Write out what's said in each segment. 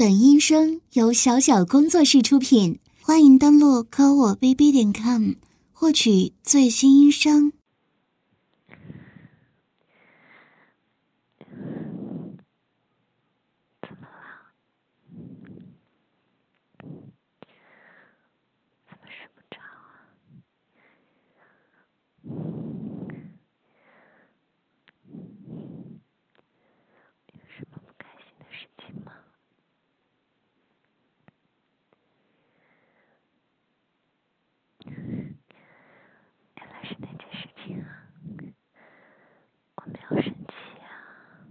本音声由小小工作室出品，欢迎登录科我 bb.com 获取最新音声。 怎么了？怎么睡不着啊？有什么不开心的事情吗？原来是那件事情啊，我没有生气啊。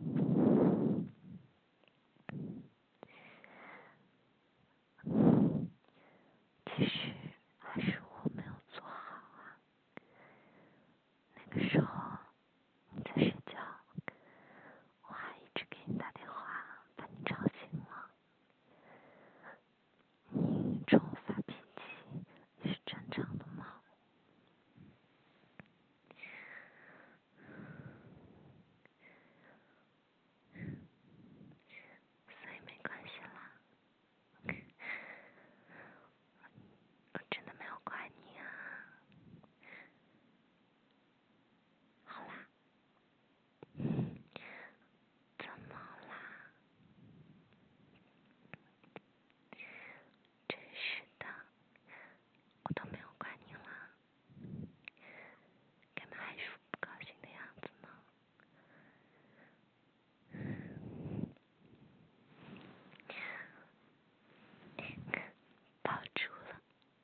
其实还是我没有做好啊。那个时候你在睡觉，我还一直给你打电话，把你吵醒了。你冲我发脾气也是正常的吗？所以没关系啦，我真的没有怪你啊。好啦，怎么啦？真是的，我都没有怪你了，干嘛还一副不高兴的样子呢？抱住了，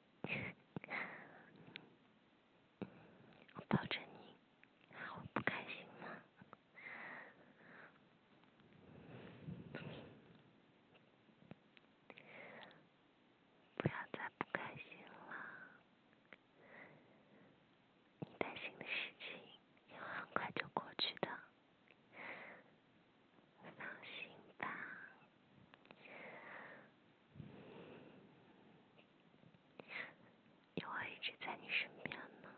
我抱着你，还会不开心吗？不要再不开心了，你担心的事情也会很快就过去的，放心吧。我会一直在你身边呢，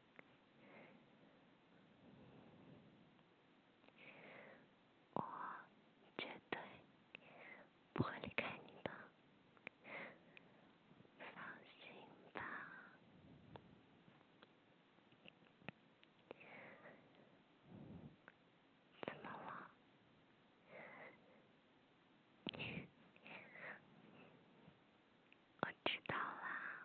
我绝对不会离开你的，放心吧。怎么了？我知道啦。